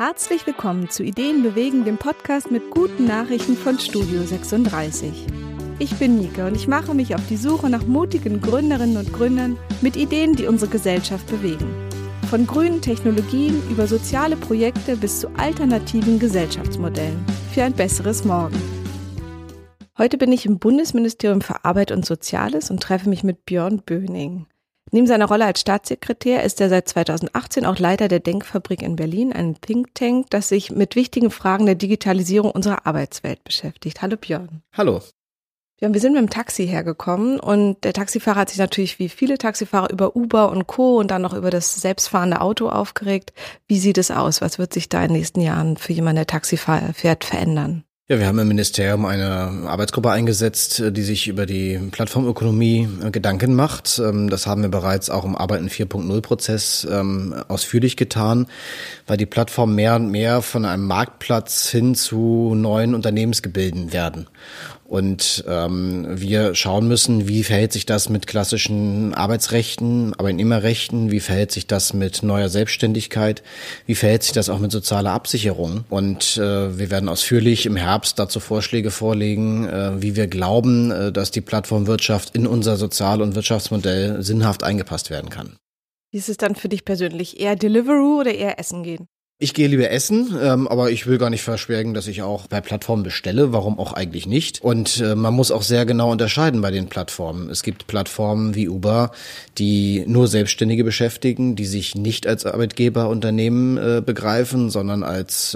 Herzlich willkommen zu Ideen bewegen, dem Podcast mit guten Nachrichten von Studio 36. Ich bin Nika und ich mache mich auf die Suche nach mutigen Gründerinnen und Gründern mit Ideen, die unsere Gesellschaft bewegen. Von grünen Technologien über soziale Projekte bis zu alternativen Gesellschaftsmodellen für ein besseres Morgen. Heute bin ich im Bundesministerium für Arbeit und Soziales und treffe mich mit Björn Böning. Neben seiner Rolle als Staatssekretär ist er seit 2018 auch Leiter der Denkfabrik in Berlin, einem Think Tank, das sich mit wichtigen Fragen der Digitalisierung unserer Arbeitswelt beschäftigt. Hallo Björn. Hallo. Björn, wir sind mit dem Taxi hergekommen und der Taxifahrer hat sich natürlich wie viele Taxifahrer über Uber und Co. und dann noch über das selbstfahrende Auto aufgeregt. Wie sieht es aus? Was wird sich da in den nächsten Jahren für jemanden, der Taxi fährt, verändern? Ja, wir haben im Ministerium eine Arbeitsgruppe eingesetzt, die sich über die Plattformökonomie Gedanken macht. Das haben wir bereits auch im Arbeiten 4.0-Prozess ausführlich getan, weil die Plattformen mehr und mehr von einem Marktplatz hin zu neuen Unternehmensgebilden werden. Und wir schauen müssen, wie verhält sich das mit klassischen Arbeitsrechten, Arbeitnehmerrechten, wie verhält sich das mit neuer Selbstständigkeit, wie verhält sich das auch mit sozialer Absicherung. Und wir werden ausführlich im Herbst dazu Vorschläge vorlegen, wie wir glauben, dass die Plattformwirtschaft in unser Sozial- und Wirtschaftsmodell sinnhaft eingepasst werden kann. Wie ist es dann für dich persönlich? Eher Deliveroo oder eher essen gehen? Ich gehe lieber essen, aber ich will gar nicht verschweigen, dass ich auch bei Plattformen bestelle. Warum auch eigentlich nicht? Und man muss auch sehr genau unterscheiden bei den Plattformen. Es gibt Plattformen wie Uber, die nur Selbstständige beschäftigen, die sich nicht als Arbeitgeberunternehmen begreifen, sondern als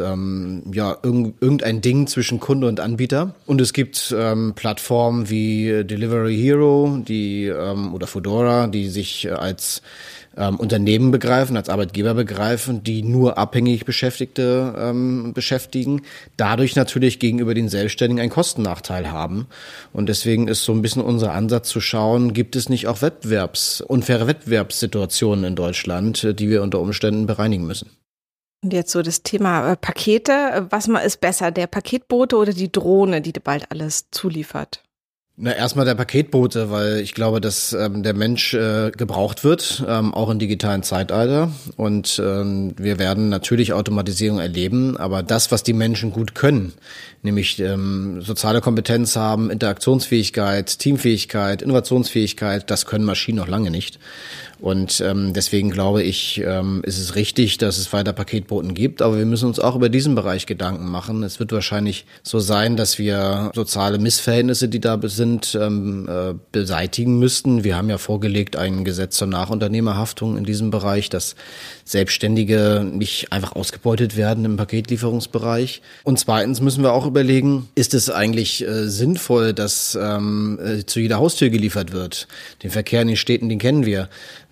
irgendein Ding zwischen Kunde und Anbieter. Und es gibt Plattformen wie Delivery Hero, oder Foodora, die sich als Unternehmen begreifen, als Arbeitgeber begreifen, die nur abhängig Beschäftigte beschäftigen, dadurch natürlich gegenüber den Selbstständigen einen Kostennachteil haben. Und deswegen ist so ein bisschen unser Ansatz zu schauen, gibt es nicht auch unfaire Wettbewerbssituationen in Deutschland, die wir unter Umständen bereinigen müssen. Und jetzt so das Thema Pakete. Was ist besser, der Paketbote oder die Drohne, die bald alles zuliefert? Na, erstmal der Paketbote, weil ich glaube, dass der Mensch gebraucht wird, auch im digitalen Zeitalter. Und wir werden natürlich Automatisierung erleben, aber das, was die Menschen gut können, nämlich soziale Kompetenz haben, Interaktionsfähigkeit, Teamfähigkeit, Innovationsfähigkeit, das können Maschinen noch lange nicht. Und deswegen glaube ich, ist es richtig, dass es weiter Paketboten gibt, aber wir müssen uns auch über diesen Bereich Gedanken machen. Es wird wahrscheinlich so sein, dass wir soziale Missverhältnisse, die da sind, beseitigen müssten. Wir haben ja vorgelegt ein Gesetz zur Nachunternehmerhaftung in diesem Bereich, dass Selbstständige nicht einfach ausgebeutet werden im Paketlieferungsbereich. Und zweitens müssen wir auch überlegen, ist es eigentlich sinnvoll, dass zu jeder Haustür geliefert wird? Den Verkehr in den Städten, den kennen wir.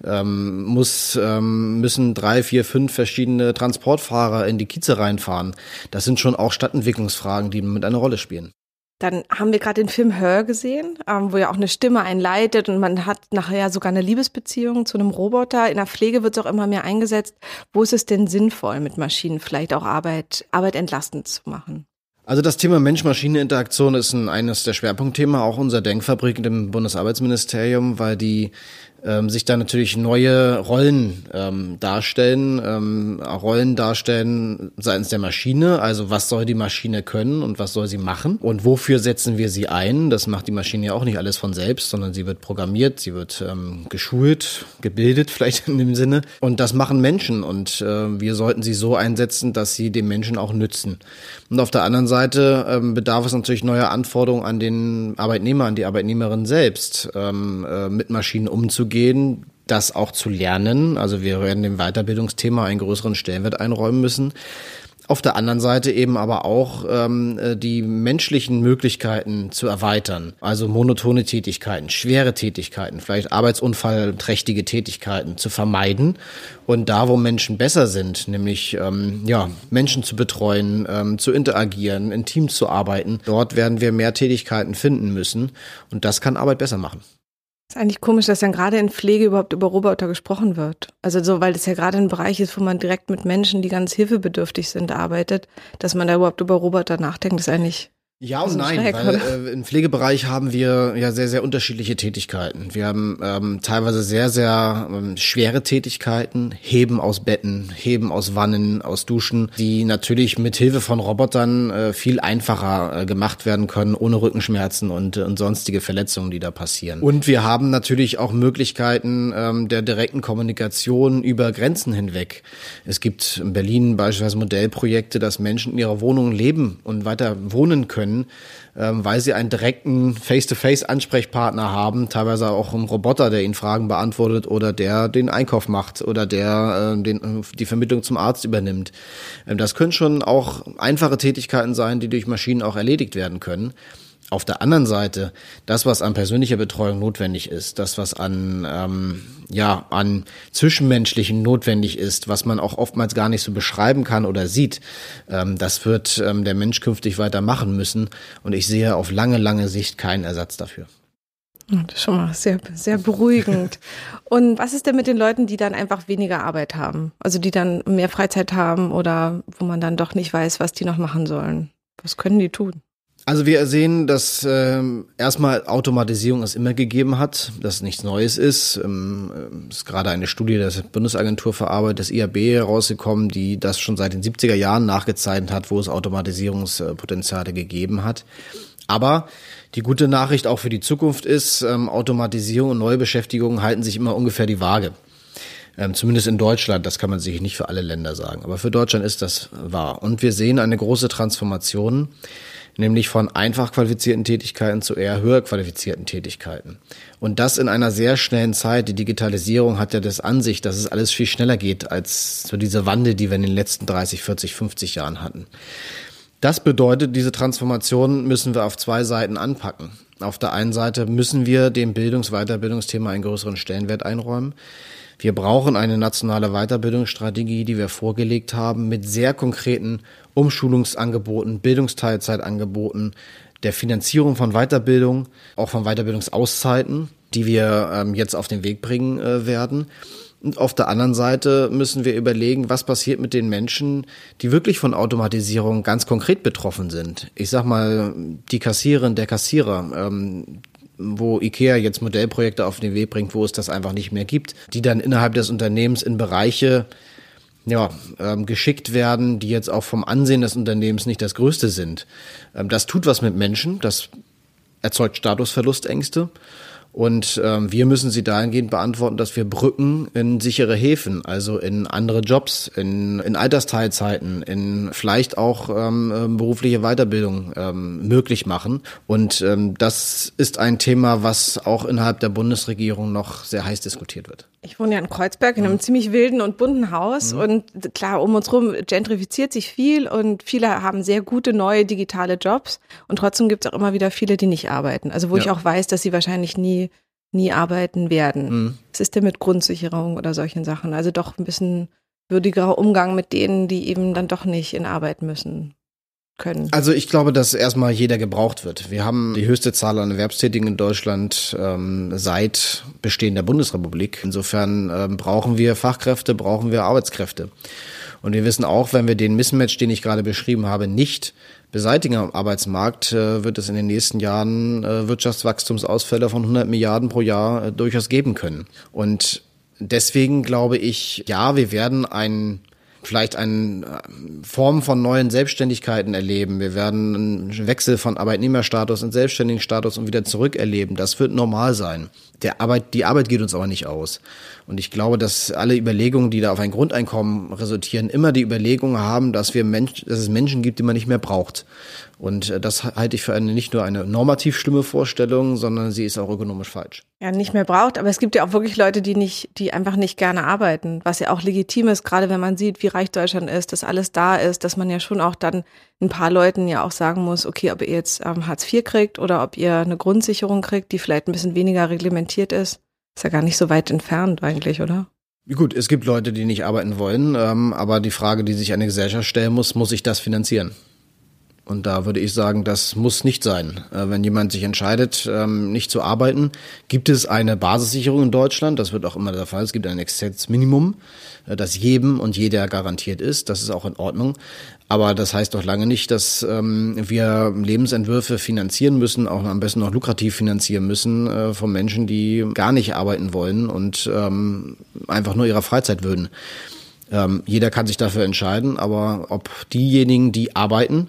Müssen 3, 4, 5 verschiedene Transportfahrer in die Kieze reinfahren. Das sind schon auch Stadtentwicklungsfragen, die mit einer Rolle spielen. Dann haben wir gerade den Film Her gesehen, wo ja auch eine Stimme einleitet und man hat nachher sogar eine Liebesbeziehung zu einem Roboter. In der Pflege wird es auch immer mehr eingesetzt. Wo ist es denn sinnvoll, mit Maschinen vielleicht auch Arbeit entlastend zu machen? Also das Thema Mensch-Maschine-Interaktion ist eines der Schwerpunktthemen, auch unserer Denkfabrik im Bundesarbeitsministerium, weil die sich da natürlich neue Rollen darstellen seitens der Maschine. Also was soll die Maschine können und was soll sie machen und wofür setzen wir sie ein? Das macht die Maschine ja auch nicht alles von selbst, sondern sie wird programmiert, sie wird geschult, gebildet vielleicht in dem Sinne. Und das machen Menschen und wir sollten sie so einsetzen, dass sie dem Menschen auch nützen. Und auf der anderen Seite bedarf es natürlich neuer Anforderungen an den Arbeitnehmer, an die Arbeitnehmerin selbst, mit Maschinen umzugehen, das auch zu lernen. Also wir werden dem Weiterbildungsthema einen größeren Stellenwert einräumen müssen. Auf der anderen Seite eben aber auch die menschlichen Möglichkeiten zu erweitern. Also monotone Tätigkeiten, schwere Tätigkeiten, vielleicht arbeitsunfallträchtige Tätigkeiten zu vermeiden. Und da, wo Menschen besser sind, nämlich Menschen zu betreuen, zu interagieren, in Teams zu arbeiten, dort werden wir mehr Tätigkeiten finden müssen. Und das kann Arbeit besser machen. Ist eigentlich komisch, dass dann gerade in Pflege überhaupt über Roboter gesprochen wird. Also so, weil das ja gerade ein Bereich ist, wo man direkt mit Menschen, die ganz hilfebedürftig sind, arbeitet, dass man da überhaupt über Roboter nachdenkt, ist eigentlich Ja und nein, weil im Pflegebereich haben wir ja sehr, sehr unterschiedliche Tätigkeiten. Wir haben teilweise sehr, sehr schwere Tätigkeiten, Heben aus Betten, Heben aus Wannen, aus Duschen, die natürlich mit Hilfe von Robotern viel einfacher gemacht werden können, ohne Rückenschmerzen und sonstige Verletzungen, die da passieren. Und wir haben natürlich auch Möglichkeiten der direkten Kommunikation über Grenzen hinweg. Es gibt in Berlin beispielsweise Modellprojekte, dass Menschen in ihrer Wohnung leben und weiter wohnen können, weil sie einen direkten Face-to-Face-Ansprechpartner haben, teilweise auch einen Roboter, der ihnen Fragen beantwortet oder der den Einkauf macht oder der die Vermittlung zum Arzt übernimmt. Das können schon auch einfache Tätigkeiten sein, die durch Maschinen auch erledigt werden können. Auf der anderen Seite, das, was an persönlicher Betreuung notwendig ist, das, was an Zwischenmenschlichen notwendig ist, was man auch oftmals gar nicht so beschreiben kann oder sieht, das wird der Mensch künftig weiter machen müssen. Und ich sehe auf lange, lange Sicht keinen Ersatz dafür. Das ist schon mal sehr, sehr beruhigend. Und was ist denn mit den Leuten, die dann einfach weniger Arbeit haben? Also die dann mehr Freizeit haben oder wo man dann doch nicht weiß, was die noch machen sollen? Was können die tun? Also wir sehen, dass erstmal Automatisierung es immer gegeben hat, dass nichts Neues ist. Es ist gerade eine Studie der Bundesagentur für Arbeit, des IAB, herausgekommen, die das schon seit den 70er Jahren nachgezeichnet hat, wo es Automatisierungspotenziale gegeben hat. Aber die gute Nachricht auch für die Zukunft ist, Automatisierung und Neubeschäftigung halten sich immer ungefähr die Waage. Zumindest in Deutschland, das kann man sicherlich nicht für alle Länder sagen, aber für Deutschland ist das wahr. Und wir sehen eine große Transformation, nämlich von einfach qualifizierten Tätigkeiten zu eher höher qualifizierten Tätigkeiten. Und das in einer sehr schnellen Zeit. Die Digitalisierung hat ja das an sich, dass es alles viel schneller geht als so diese Wandel, die wir in den letzten 30, 40, 50 Jahren hatten. Das bedeutet, diese Transformation müssen wir auf zwei Seiten anpacken. Auf der einen Seite müssen wir dem Weiterbildungsthema einen größeren Stellenwert einräumen. Wir brauchen eine nationale Weiterbildungsstrategie, die wir vorgelegt haben, mit sehr konkreten Umschulungsangeboten, Bildungsteilzeitangeboten, der Finanzierung von Weiterbildung, auch von Weiterbildungsauszeiten, die wir jetzt auf den Weg bringen werden. Und auf der anderen Seite müssen wir überlegen, was passiert mit den Menschen, die wirklich von Automatisierung ganz konkret betroffen sind. Ich sag mal, die Kassiererin, der Kassierer, wo IKEA jetzt Modellprojekte auf den Weg bringt, wo es das einfach nicht mehr gibt, die dann innerhalb des Unternehmens in Bereiche geschickt werden, die jetzt auch vom Ansehen des Unternehmens nicht das Größte sind. Das tut was mit Menschen, das erzeugt Statusverlustängste. Und wir müssen sie dahingehend beantworten, dass wir Brücken in sichere Häfen, also in andere Jobs, in Altersteilzeiten, in vielleicht auch berufliche Weiterbildung möglich machen. Und das ist ein Thema, was auch innerhalb der Bundesregierung noch sehr heiß diskutiert wird. Ich wohne ja in Kreuzberg in einem ziemlich wilden und bunten Haus und klar, um uns rum gentrifiziert sich viel und viele haben sehr gute neue digitale Jobs und trotzdem gibt es auch immer wieder viele, die nicht arbeiten. Also wo ich auch weiß, dass sie wahrscheinlich nie arbeiten werden. Was ist denn mit Grundsicherung oder solchen Sachen? Also doch ein bisschen würdigerer Umgang mit denen, die eben dann doch nicht in Arbeit müssen können. Also ich glaube, dass erstmal jeder gebraucht wird. Wir haben die höchste Zahl an Erwerbstätigen in Deutschland seit Bestehen der Bundesrepublik. Insofern brauchen wir Fachkräfte, brauchen wir Arbeitskräfte. Und wir wissen auch, wenn wir den Mismatch, den ich gerade beschrieben habe, nicht beseitigen am Arbeitsmarkt, wird es in den nächsten Jahren Wirtschaftswachstumsausfälle von 100 Milliarden pro Jahr durchaus geben können. Und deswegen glaube ich, ja, wir werden vielleicht eine Form von neuen Selbstständigkeiten erleben. Wir werden einen Wechsel von Arbeitnehmerstatus in selbstständigen Status und wieder zurück erleben. Das wird normal sein. Die Arbeit geht uns aber nicht aus. Und ich glaube, dass alle Überlegungen, die da auf ein Grundeinkommen resultieren, immer die Überlegung haben, dass es Menschen gibt, die man nicht mehr braucht. Und das halte ich für nicht nur eine normativ schlimme Vorstellung, sondern sie ist auch ökonomisch falsch. Ja, nicht mehr braucht, aber es gibt ja auch wirklich Leute, die einfach nicht gerne arbeiten, was ja auch legitim ist, gerade wenn man sieht, wie reich Deutschland ist, dass alles da ist, dass man ja schon auch dann ein paar Leuten ja auch sagen muss, okay, ob ihr jetzt Hartz IV kriegt oder ob ihr eine Grundsicherung kriegt, die vielleicht ein bisschen weniger reglementiert ist ja gar nicht so weit entfernt eigentlich, oder? Gut, es gibt Leute, die nicht arbeiten wollen, aber die Frage, die sich eine Gesellschaft stellen muss ich das finanzieren? Und da würde ich sagen, das muss nicht sein. Wenn jemand sich entscheidet, nicht zu arbeiten, gibt es eine Basissicherung in Deutschland. Das wird auch immer der Fall. Es gibt ein Existenzminimum, das jedem und jeder garantiert ist. Das ist auch in Ordnung. Aber das heißt doch lange nicht, dass wir Lebensentwürfe finanzieren müssen, auch am besten noch lukrativ finanzieren müssen von Menschen, die gar nicht arbeiten wollen und einfach nur ihrer Freizeit würden. Jeder kann sich dafür entscheiden, aber ob diejenigen, die arbeiten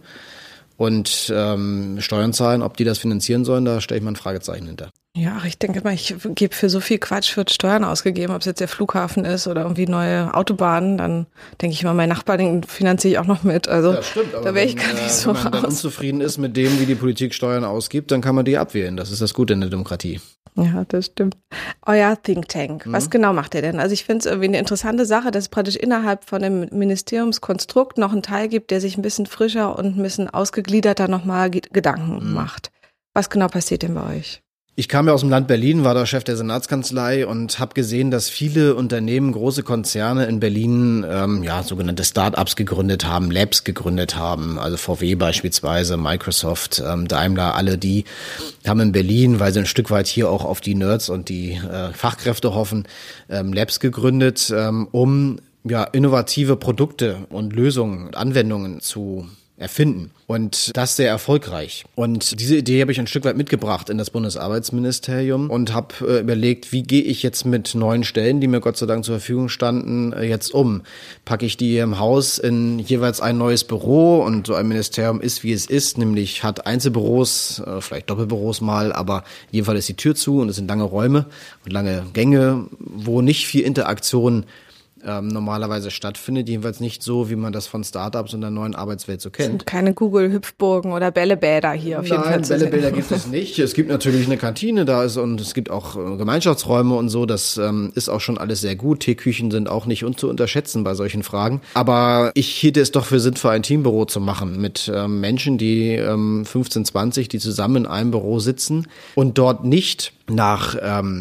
und Steuern zahlen, ob die das finanzieren sollen, da stelle ich mal ein Fragezeichen hinter. Ja, ich denke mal, ich gebe für so viel Quatsch, wird Steuern ausgegeben, ob es jetzt der Flughafen ist oder irgendwie neue Autobahnen, dann denke ich mal, mein Nachbar, den finanziere ich auch noch mit. Also ja, stimmt, aber da wäre ich gar nicht so wenn man dann unzufrieden ist mit dem, wie die Politik Steuern ausgibt, dann kann man die abwählen. Das ist das Gute in der Demokratie. Ja, das stimmt. Euer Think Tank, was genau macht ihr denn? Also ich finde es irgendwie eine interessante Sache, dass es praktisch innerhalb von dem Ministeriumskonstrukt noch einen Teil gibt, der sich ein bisschen frischer und ein bisschen ausgegliederter nochmal Gedanken macht. Was genau passiert denn bei euch? Ich kam ja aus dem Land Berlin, war da Chef der Senatskanzlei und habe gesehen, dass viele Unternehmen, große Konzerne in Berlin sogenannte Start-ups gegründet haben, Labs gegründet haben, also VW beispielsweise, Microsoft, Daimler, alle die haben in Berlin, weil sie ein Stück weit hier auch auf die Nerds und die Fachkräfte hoffen, Labs gegründet, um innovative Produkte und Lösungen und Anwendungen zu erfinden. Und das sehr erfolgreich. Und diese Idee habe ich ein Stück weit mitgebracht in das Bundesarbeitsministerium und habe überlegt, wie gehe ich jetzt mit neuen Stellen, die mir Gott sei Dank zur Verfügung standen, jetzt um? Packe ich die hier im Haus in jeweils ein neues Büro und so ein Ministerium ist, wie es ist, nämlich hat Einzelbüros, vielleicht Doppelbüros mal, aber in jedem Fall ist die Tür zu und es sind lange Räume und lange Gänge, wo nicht viel Interaktion normalerweise stattfindet, jedenfalls nicht so, wie man das von Startups und der neuen Arbeitswelt so kennt. Es sind keine Google-Hüpfburgen oder Bällebäder hier auf jeden Fall. Nein, Bällebäder gibt es nicht. Es gibt natürlich eine Kantine da ist und es gibt auch Gemeinschaftsräume und so. Das ist auch schon alles sehr gut. Teeküchen sind auch nicht zu unterschätzen bei solchen Fragen. Aber ich hielt es doch für sinnvoll, ein Teambüro zu machen mit Menschen, die 15, 20, die zusammen in einem Büro sitzen und dort nicht nach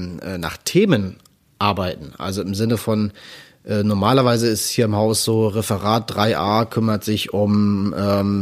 Themen arbeiten. Also im Sinne von normalerweise ist hier im Haus so Referat 3a kümmert sich um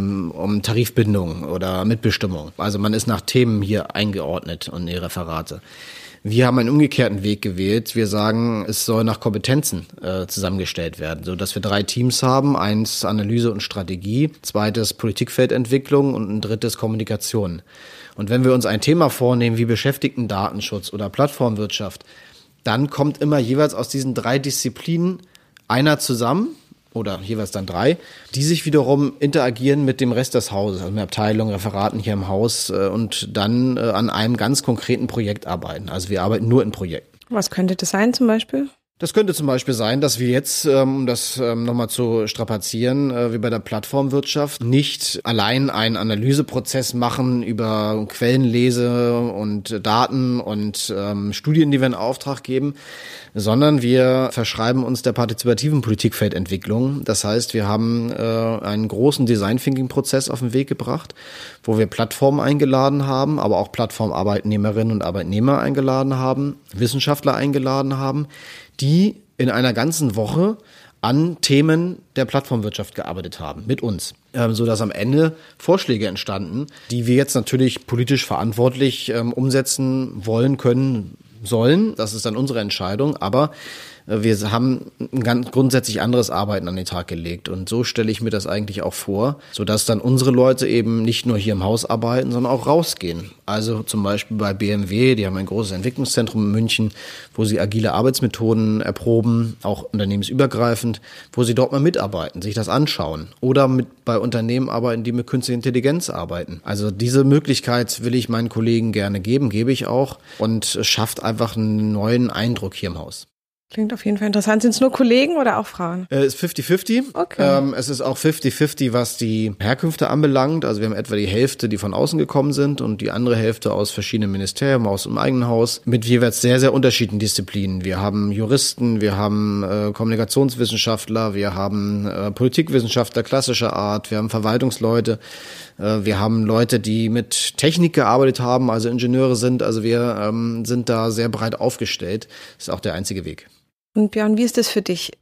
Tarifbindung oder Mitbestimmung. Also man ist nach Themen hier eingeordnet und die Referate. Wir haben einen umgekehrten Weg gewählt. Wir sagen, es soll nach Kompetenzen zusammengestellt werden, so dass wir 3 Teams haben. 1 Analyse und Strategie, 2 Politikfeldentwicklung und ein 3 Kommunikation. Und wenn wir uns ein Thema vornehmen wie Beschäftigtendatenschutz oder Plattformwirtschaft, dann kommt immer jeweils aus diesen 3 Disziplinen einer zusammen oder jeweils dann 3, die sich wiederum interagieren mit dem Rest des Hauses, also mit Abteilungen, Referaten hier im Haus und dann an einem ganz konkreten Projekt arbeiten. Also wir arbeiten nur in Projekten. Was könnte das sein zum Beispiel? Das könnte zum Beispiel sein, dass wir jetzt, um das nochmal zu strapazieren, wie bei der Plattformwirtschaft, nicht allein einen Analyseprozess machen über Quellenlese und Daten und Studien, die wir in Auftrag geben, sondern wir verschreiben uns der partizipativen Politikfeldentwicklung. Das heißt, wir haben einen großen Design-Thinking-Prozess auf den Weg gebracht, wo wir Plattformen eingeladen haben, aber auch Plattformarbeitnehmerinnen und Arbeitnehmer eingeladen haben, Wissenschaftler eingeladen haben, die in einer ganzen Woche an Themen der Plattformwirtschaft gearbeitet haben, mit uns. So dass am Ende Vorschläge entstanden, die wir jetzt natürlich politisch verantwortlich umsetzen wollen, können, sollen. Das ist dann unsere Entscheidung, aber wir haben ein ganz grundsätzlich anderes Arbeiten an den Tag gelegt und so stelle ich mir das eigentlich auch vor, sodass dann unsere Leute eben nicht nur hier im Haus arbeiten, sondern auch rausgehen. Also zum Beispiel bei BMW, die haben ein großes Entwicklungszentrum in München, wo sie agile Arbeitsmethoden erproben, auch unternehmensübergreifend, wo sie dort mal mitarbeiten, sich das anschauen oder bei Unternehmen arbeiten, die mit künstlicher Intelligenz arbeiten. Also diese Möglichkeit will ich meinen Kollegen gerne geben, gebe ich auch und schafft einfach einen neuen Eindruck hier im Haus. Klingt auf jeden Fall interessant. Sind es nur Kollegen oder auch Frauen? Es ist 50-50. Okay. Es ist auch 50-50, was die Herkünfte anbelangt. Also wir haben etwa die Hälfte, die von außen gekommen sind und die andere Hälfte aus verschiedenen Ministerien, aus dem eigenen Haus, mit jeweils sehr, sehr unterschiedlichen Disziplinen. Wir haben Juristen, wir haben Kommunikationswissenschaftler, wir haben Politikwissenschaftler klassischer Art, wir haben Verwaltungsleute, wir haben Leute, die mit Technik gearbeitet haben, also Ingenieure sind. Also wir sind da sehr breit aufgestellt. Das ist auch der einzige Weg. Und Björn, wie ist das für dich?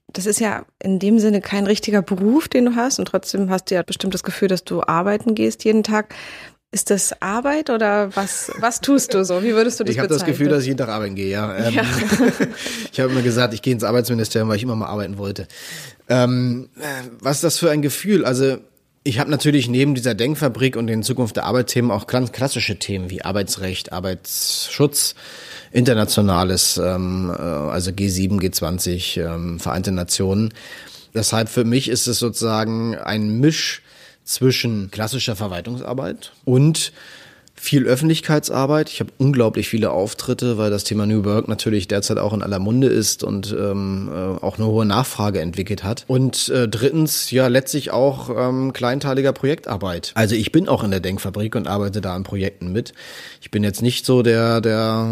das ist ja in dem Sinne kein richtiger Beruf, den du hast und trotzdem hast du ja bestimmt das Gefühl, dass du arbeiten gehst jeden Tag. Ist das Arbeit oder was tust du so? Wie würdest du das bezeichnen? Ich habe das Gefühl, dass ich jeden Tag arbeiten gehe, ja. Ich habe immer gesagt, ich gehe ins Arbeitsministerium, weil ich immer mal arbeiten wollte. Was ist das für ein Gefühl? Also ich habe natürlich neben dieser Denkfabrik und den Zukunft der Arbeit-Themen auch ganz klassische Themen wie Arbeitsrecht, Arbeitsschutz, Internationales, also G7, G20, Vereinte Nationen. Deshalb für mich ist es sozusagen ein Misch zwischen klassischer Verwaltungsarbeit und viel Öffentlichkeitsarbeit. Ich habe unglaublich viele Auftritte, weil das Thema New Work natürlich derzeit auch in aller Munde ist und auch eine hohe Nachfrage entwickelt hat. Und drittens, ja, letztlich auch kleinteiliger Projektarbeit. Also ich bin auch in der Denkfabrik und arbeite da an Projekten mit. Ich bin jetzt nicht so der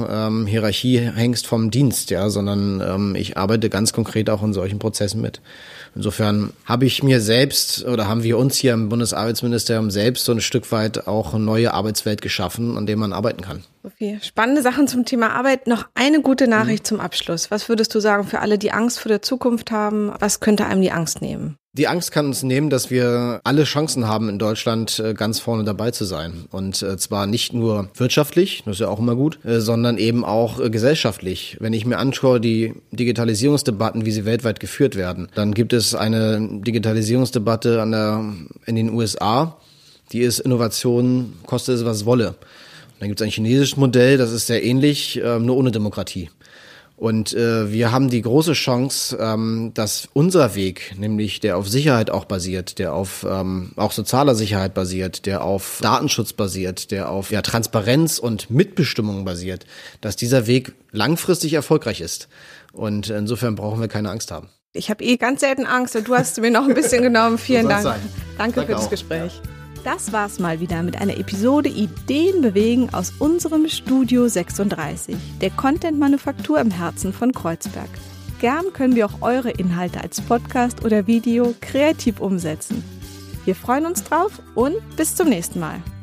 Hierarchiehengst vom Dienst, ja, sondern ich arbeite ganz konkret auch in solchen Prozessen mit. Insofern habe ich mir selbst oder haben wir uns hier im Bundesarbeitsministerium selbst so ein Stück weit auch eine neue Arbeitswelt geschaffen, an der man arbeiten kann. So viel spannende Sachen zum Thema Arbeit. Noch eine gute Nachricht zum Abschluss. Was würdest du sagen für alle, die Angst vor der Zukunft haben? Was könnte einem die Angst nehmen? Die Angst kann uns nehmen, dass wir alle Chancen haben, in Deutschland ganz vorne dabei zu sein. Und zwar nicht nur wirtschaftlich, das ist ja auch immer gut, sondern eben auch gesellschaftlich. Wenn ich mir anschaue, die Digitalisierungsdebatten, wie sie weltweit geführt werden, dann gibt es eine Digitalisierungsdebatte in den USA, die ist Innovation, koste es was wolle. Und dann gibt es ein chinesisches Modell, das ist sehr ähnlich, nur ohne Demokratie. Und wir haben die große Chance, dass unser Weg, nämlich der auf Sicherheit auch basiert, der auf auch sozialer Sicherheit basiert, der auf Datenschutz basiert, der auf Transparenz und Mitbestimmung basiert, dass dieser Weg langfristig erfolgreich ist. Und insofern brauchen wir keine Angst haben. Ich habe ganz selten Angst und du hast mir noch ein bisschen genommen. Vielen Dank. Danke für das Gespräch. Ja. Das war's mal wieder mit einer Episode Ideen bewegen aus unserem Studio 36, der Content-Manufaktur im Herzen von Kreuzberg. Gern können wir auch eure Inhalte als Podcast oder Video kreativ umsetzen. Wir freuen uns drauf und bis zum nächsten Mal.